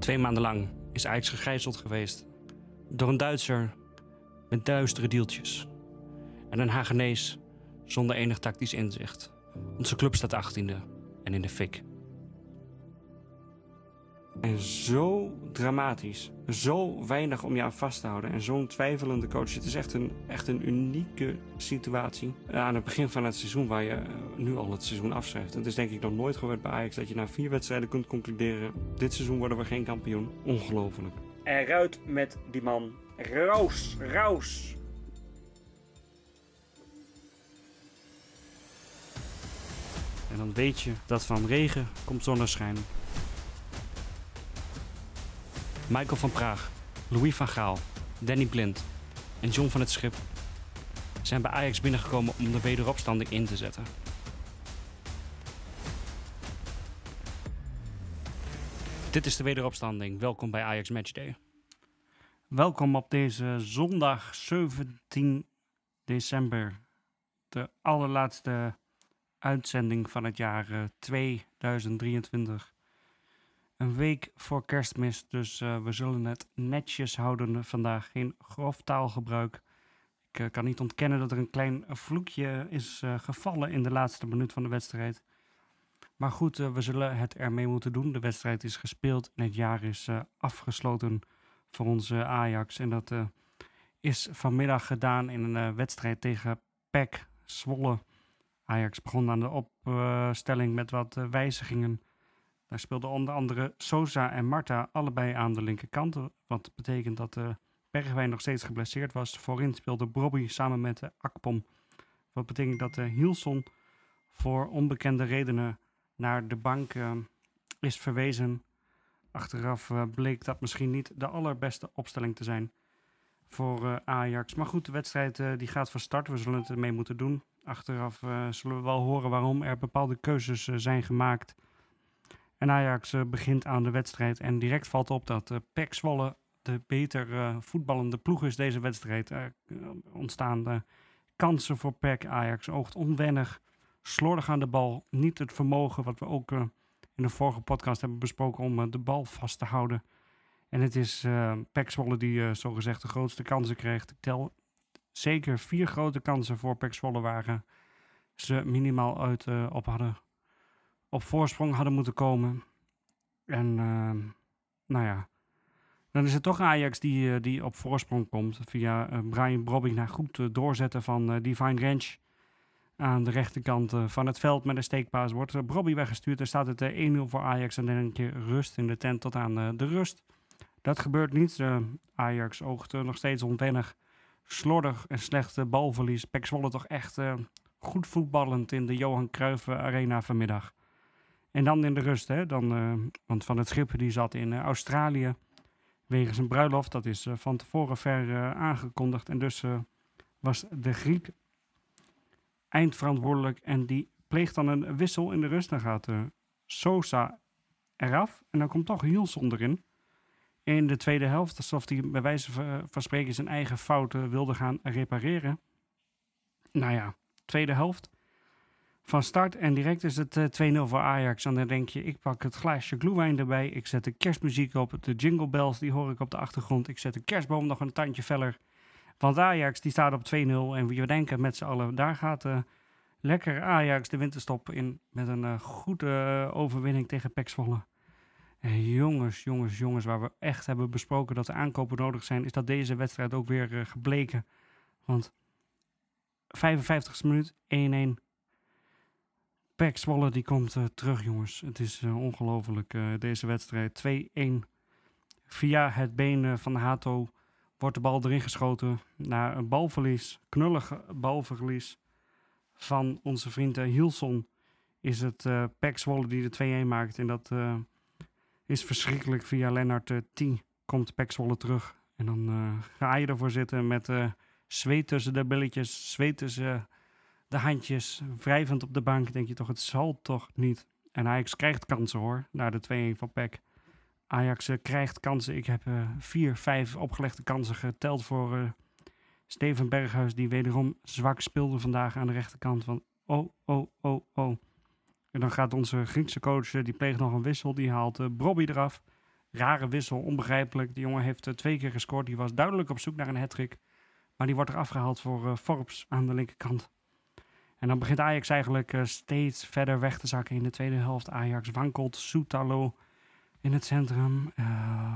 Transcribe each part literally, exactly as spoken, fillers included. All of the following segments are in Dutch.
Twee maanden lang is Ajax gegijzeld geweest door een Duitser met duistere deeltjes en een Hagenees zonder enig tactisch inzicht. Onze club staat achttiende en in de fik. En zo dramatisch, zo weinig om je aan vast te houden en zo'n twijfelende coach. Het is echt een, echt een unieke situatie. Aan het begin van het seizoen waar je nu al het seizoen afschrijft. Het is denk ik nog nooit gebeurd bij Ajax dat je na vier wedstrijden kunt concluderen: dit seizoen worden we geen kampioen. Ongelooflijk. Eruit met die man. Raus, raus. En dan weet je dat van regen komt zonneschijn. Michael van Praag, Louis van Gaal, Danny Blind en John van het Schip zijn bij Ajax binnengekomen om de wederopstanding in te zetten. Dit is de wederopstanding. Welkom bij Ajax Matchday. Welkom op deze zondag zeventien december. De allerlaatste uitzending van het jaar tweeduizend drieëntwintig. Een week voor Kerstmis, dus uh, we zullen het netjes houden vandaag. Geen grof taalgebruik. Ik uh, kan niet ontkennen dat er een klein vloekje is uh, gevallen in de laatste minuut van de wedstrijd. Maar goed, uh, we zullen het ermee moeten doen. De wedstrijd is gespeeld en het jaar is uh, afgesloten voor onze Ajax. En dat uh, is vanmiddag gedaan in een uh, wedstrijd tegen P E C Zwolle. Ajax begon aan de opstelling uh, met wat uh, wijzigingen. Daar speelden onder andere Sosa en Marta allebei aan de linkerkant. Wat betekent dat uh, Bergwijn nog steeds geblesseerd was. Voorin speelde Brobby samen met uh, Akpom. Wat betekent dat uh, Hilson voor onbekende redenen naar de bank uh, is verwezen. Achteraf uh, bleek dat misschien niet de allerbeste opstelling te zijn voor uh, Ajax. Maar goed, de wedstrijd uh, die gaat van start. We zullen het ermee moeten doen. Achteraf uh, zullen we wel horen waarom er bepaalde keuzes uh, zijn gemaakt. En Ajax uh, begint aan de wedstrijd en direct valt op dat uh, P E C Zwolle de beter uh, voetballende ploeg is deze wedstrijd. Er uh, ontstaan uh, kansen voor P E C. Ajax oogt onwennig, slordig aan de bal. Niet het vermogen wat we ook uh, in de vorige podcast hebben besproken om uh, de bal vast te houden. En het is uh, P E C Zwolle die uh, zogezegd de grootste kansen krijgt. Ik tel zeker vier grote kansen voor P E C Zwolle waar ze minimaal uit uh, op hadden. Op voorsprong hadden moeten komen. En uh, nou ja, dan is het toch Ajax die, uh, die op voorsprong komt. Via uh, Brian Brobby naar goed uh, doorzetten van uh, Divine Ranch. Aan de rechterkant uh, van het veld met een steekpaas wordt uh, Brobby weggestuurd. Er staat het uh, één nul voor Ajax en dan een keer rust in de tent tot aan uh, de rust. Dat gebeurt niet. Uh, Ajax oogt uh, nog steeds onwennig. Slordig en slecht uh, balverlies. P E C Zwolle toch echt uh, goed voetballend in de Johan Cruijff Arena vanmiddag. En dan in de rust, hè, dan, uh, want Van het Schip die zat in uh, Australië wegens een bruiloft. Dat is uh, van tevoren ver uh, aangekondigd. En dus uh, was de Griek eindverantwoordelijk. En die pleegt dan een wissel in de rust. Dan gaat uh, Sosa eraf. En dan komt toch Hilson erin. In de tweede helft, alsof hij bij wijze van spreken zijn eigen fouten wilde gaan repareren. Nou ja, tweede helft. Van start en direct is het uh, twee nul voor Ajax. En dan denk je, ik pak het glaasje glühwein erbij. Ik zet de kerstmuziek op. De jingle bells, die hoor ik op de achtergrond. Ik zet de kerstboom nog een tandje feller. Want Ajax, die staat op twee nul. En we denken met z'n allen, daar gaat uh, lekker Ajax de winterstop in. Met een uh, goede uh, overwinning tegen P E C Zwolle. En jongens, jongens, jongens, waar we echt hebben besproken dat er aankopen nodig zijn, is dat deze wedstrijd ook weer uh, gebleken. Want vijfenvijftigste minuut, één een. P E C Zwolle die komt uh, terug, jongens. Het is uh, ongelooflijk, uh, deze wedstrijd. twee een. Via het been uh, van Hato wordt de bal erin geschoten. Na een balverlies, knullig balverlies van onze vriend uh, Hilson, is het uh, P E C Zwolle die de twee een maakt. En dat uh, is verschrikkelijk. Via Lennart uh, tien komt P E C Zwolle terug. En dan uh, ga je ervoor zitten met uh, zweet tussen de billetjes, zweet tussen... Uh, de handjes, wrijvend op de bank, denk je toch, het zal toch niet. En Ajax krijgt kansen hoor, naar de twee een van P E C. Ajax uh, krijgt kansen. Ik heb uh, vier, vijf opgelegde kansen geteld voor uh, Steven Berghuis, die wederom zwak speelde vandaag aan de rechterkant. Van oh, oh, oh, oh. En dan gaat onze Griekse coach, uh, die pleegt nog een wissel, die haalt uh, Brobby eraf. rare wissel, onbegrijpelijk. Die jongen heeft uh, twee keer gescoord. Die was duidelijk op zoek naar een hattrick. Maar die wordt er afgehaald voor uh, Forbes aan de linkerkant. En dan begint Ajax eigenlijk uh, steeds verder weg te zakken in de tweede helft. Ajax wankelt, Soetalo in het centrum. Uh,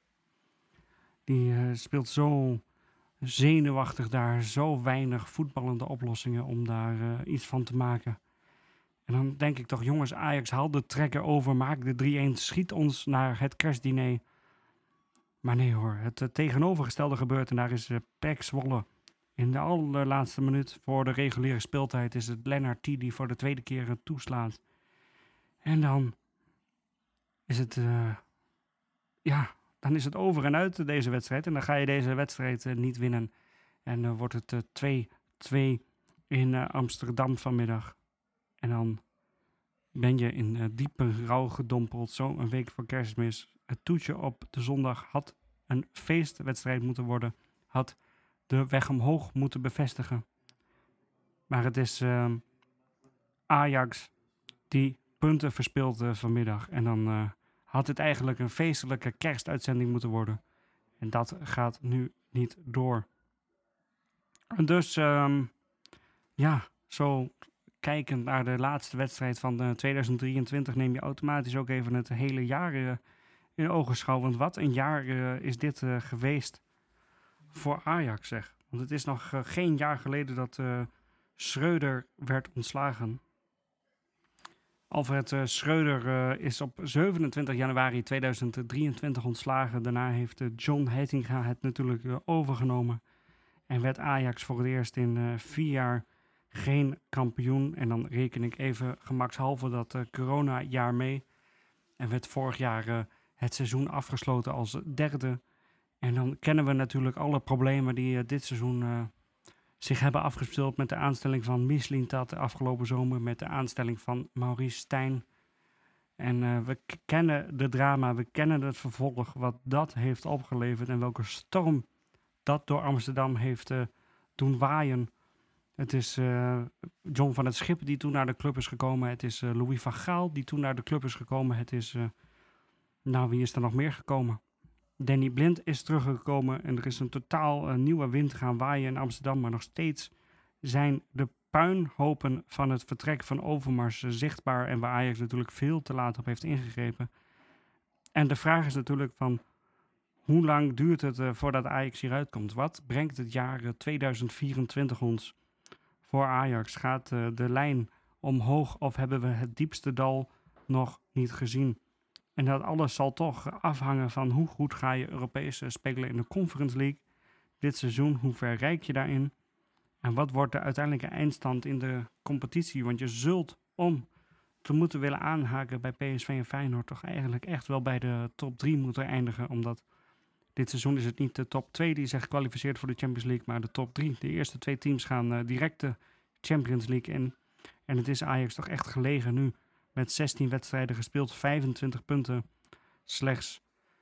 die uh, speelt zo zenuwachtig daar. Zo weinig voetballende oplossingen om daar uh, iets van te maken. En dan denk ik toch, jongens, Ajax haalt de trekker over. Maak de drie-een, schiet ons naar het kerstdiner. Maar nee hoor, het uh, tegenovergestelde gebeurt. En daar is uh, P E C Zwolle. In de allerlaatste minuut voor de reguliere speeltijd is het Lennart T die voor de tweede keer uh, toeslaat. En dan is het, uh, ja, dan is het over en uit deze wedstrijd. En dan ga je deze wedstrijd uh, niet winnen. En dan uh, wordt het uh, twee-twee in uh, Amsterdam vanmiddag. En dan ben je in uh, diepe rouw gedompeld. Zo een week voor Kerstmis. Het toetje op de zondag had een feestwedstrijd moeten worden. Had de weg omhoog moeten bevestigen. Maar het is uh, Ajax die punten verspeelt uh, vanmiddag. En dan uh, had het eigenlijk een feestelijke kerstuitzending moeten worden. En dat gaat nu niet door. En dus, um, ja, zo kijkend naar de laatste wedstrijd van uh, tweeduizend drieëntwintig... neem je automatisch ook even het hele jaar uh, in ogenschouw. Want wat een jaar uh, is dit uh, geweest voor Ajax, zeg. Want het is nog uh, geen jaar geleden dat uh, Schreuder werd ontslagen. Alfred uh, Schreuder uh, is op zevenentwintig januari tweeduizend drieëntwintig ontslagen. Daarna heeft uh, John Heitinga het natuurlijk uh, overgenomen. En werd Ajax voor het eerst in uh, vier jaar geen kampioen. En dan reken ik even gemakshalve dat uh, corona-jaar mee. En werd vorig jaar uh, het seizoen afgesloten als derde. En dan kennen we natuurlijk alle problemen die uh, dit seizoen uh, zich hebben afgespeeld met de aanstelling van Mislintat de afgelopen zomer, met de aanstelling van Maurice Stijn. En uh, we k- kennen de drama, we kennen het vervolg, wat dat heeft opgeleverd en welke storm dat door Amsterdam heeft uh, doen waaien. Het is uh, John van het Schip die toen naar de club is gekomen. Het is uh, Louis van Gaal die toen naar de club is gekomen. Het is, uh, nou wie is er nog meer gekomen? Danny Blind is teruggekomen en er is een totaal uh, nieuwe wind gaan waaien in Amsterdam. Maar nog steeds zijn de puinhopen van het vertrek van Overmars uh, zichtbaar. En waar Ajax natuurlijk veel te laat op heeft ingegrepen. En de vraag is natuurlijk van, hoe lang duurt het uh, voordat Ajax hieruit komt? Wat brengt het jaar uh, tweeduizend vierentwintig ons voor Ajax? Gaat uh, de lijn omhoog of hebben we het diepste dal nog niet gezien? En dat alles zal toch afhangen van hoe goed ga je Europees uh, spelen in de Conference League dit seizoen. Hoe ver rijk je daarin? En wat wordt de uiteindelijke eindstand in de competitie? Want je zult, om te moeten willen aanhaken bij P S V en Feyenoord, toch eigenlijk echt wel bij de top drie moeten eindigen. Omdat dit seizoen is het niet de top twee die zich kwalificeert voor de Champions League, maar de top drie. De eerste twee teams gaan uh, direct de Champions League in. En het is Ajax toch echt gelegen nu. Met zestien wedstrijden gespeeld, vijfentwintig punten. Slechts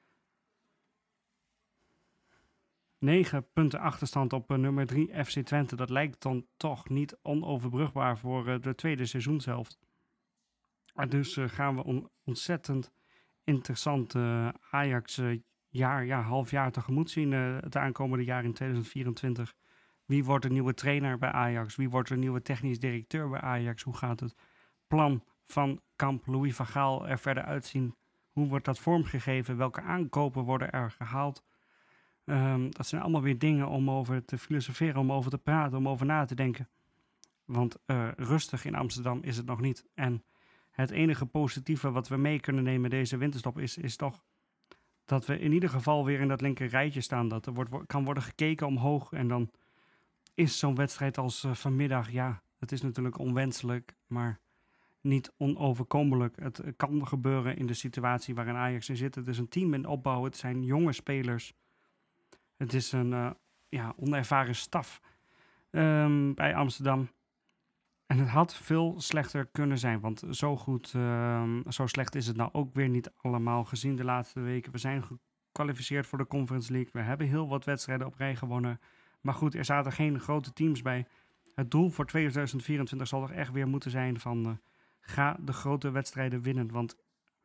negen punten achterstand op uh, nummer drie F C Twente. Dat lijkt dan toch niet onoverbrugbaar voor uh, de tweede seizoenshelft. Maar dus uh, gaan we on- ontzettend interessant uh, Ajax uh, jaar, ja, half jaar tegemoet zien. Uh, het aankomende jaar in tweeduizend vierentwintig. Wie wordt de nieuwe trainer bij Ajax? Wie wordt de nieuwe technisch directeur bij Ajax? Hoe gaat het plan van kamp Louis van Gaal er verder uitzien? Hoe wordt dat vormgegeven? Welke aankopen worden er gehaald? Um, dat zijn allemaal weer dingen om over te filosoferen, om over te praten, om over na te denken. Want uh, rustig in Amsterdam is het nog niet. En het enige positieve wat we mee kunnen nemen deze winterstop is, is toch dat we in ieder geval weer in dat linker rijtje staan. Dat er wordt, kan worden gekeken omhoog. En dan is zo'n wedstrijd als uh, vanmiddag, ja, het is natuurlijk onwenselijk, maar niet onoverkomelijk. Het uh, kan gebeuren in de situatie waarin Ajax in zit. Het is een team in opbouw, het zijn jonge spelers. Het is een uh, ja, onervaren staf um, bij Amsterdam. En het had veel slechter kunnen zijn, want zo goed, uh, zo slecht is het nou ook weer niet allemaal gezien de laatste weken. We zijn gekwalificeerd voor de Conference League. We hebben heel wat wedstrijden op rij gewonnen. Maar goed, er zaten geen grote teams bij. Het doel voor tweeduizend vierentwintig zal toch echt weer moeten zijn van uh, ga de grote wedstrijden winnen. Want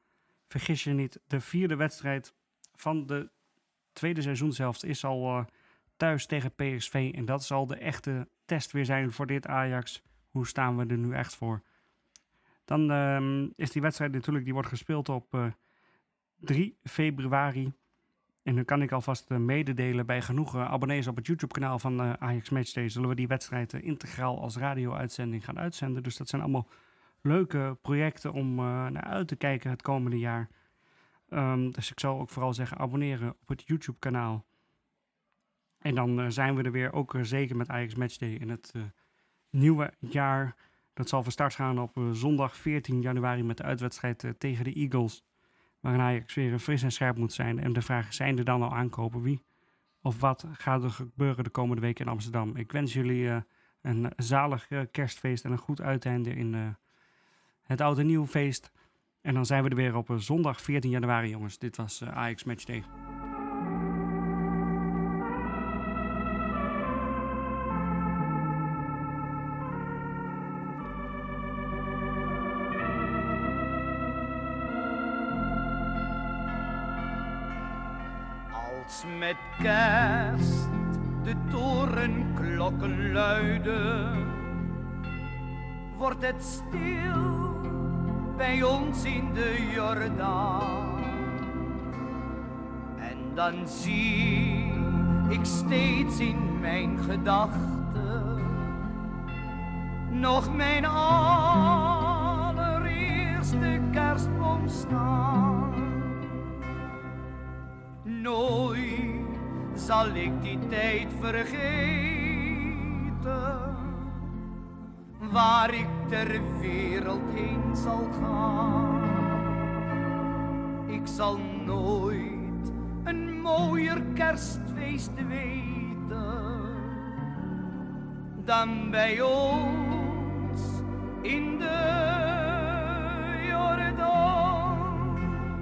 vergis je niet, de vierde wedstrijd van de tweede seizoenshelft is al uh, thuis tegen P S V. En dat zal de echte test weer zijn voor dit Ajax. Hoe staan we er nu echt voor? Dan uh, is die wedstrijd natuurlijk, die wordt gespeeld op uh, drie februari. En dan kan ik alvast uh, mededelen bij genoeg uh, abonnees op het YouTube-kanaal van uh, Ajax Matchday. Zullen we die wedstrijd uh, integraal als radio-uitzending gaan uitzenden. Dus dat zijn allemaal leuke projecten om uh, naar uit te kijken het komende jaar. Um, dus ik zal ook vooral zeggen, abonneren op het YouTube-kanaal. En dan uh, zijn we er weer, ook uh, zeker met Ajax Matchday in het uh, nieuwe jaar. Dat zal van start gaan op uh, zondag veertien januari met de uitwedstrijd uh, tegen de Eagles. Waarin Ajax weer fris en scherp moet zijn. En de vraag is, zijn er dan al aankopen? Wie of wat gaat er gebeuren de komende week in Amsterdam? Ik wens jullie uh, een zalig uh, kerstfeest en een goed uiteinde in uh, het Oud en Nieuw feest. En dan zijn we er weer op uh, zondag veertien januari, jongens. Dit was uh, Ajax Matchday. Als met kerst de torenklokken luiden, wordt het stil bij ons in de Jordaan. En dan zie ik steeds in mijn gedachten nog mijn allereerste kerstboom staan. Nooit zal ik die tijd vergeten, waar ik ter wereld heen zal gaan. Ik zal nooit een mooier kerstfeest weten dan bij ons in de Jordaan.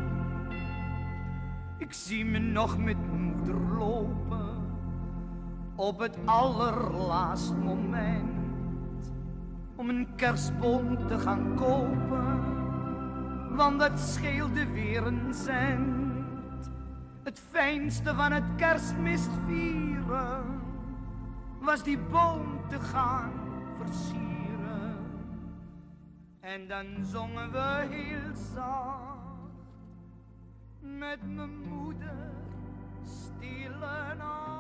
Ik zie me nog met moeder lopen op het allerlaatst moment om een kerstboom te gaan kopen, want dat scheelde weer een cent. Het fijnste van het kerstmis vieren was die boom te gaan versieren. En dan zongen we heel zacht met mijn moeder stille nacht.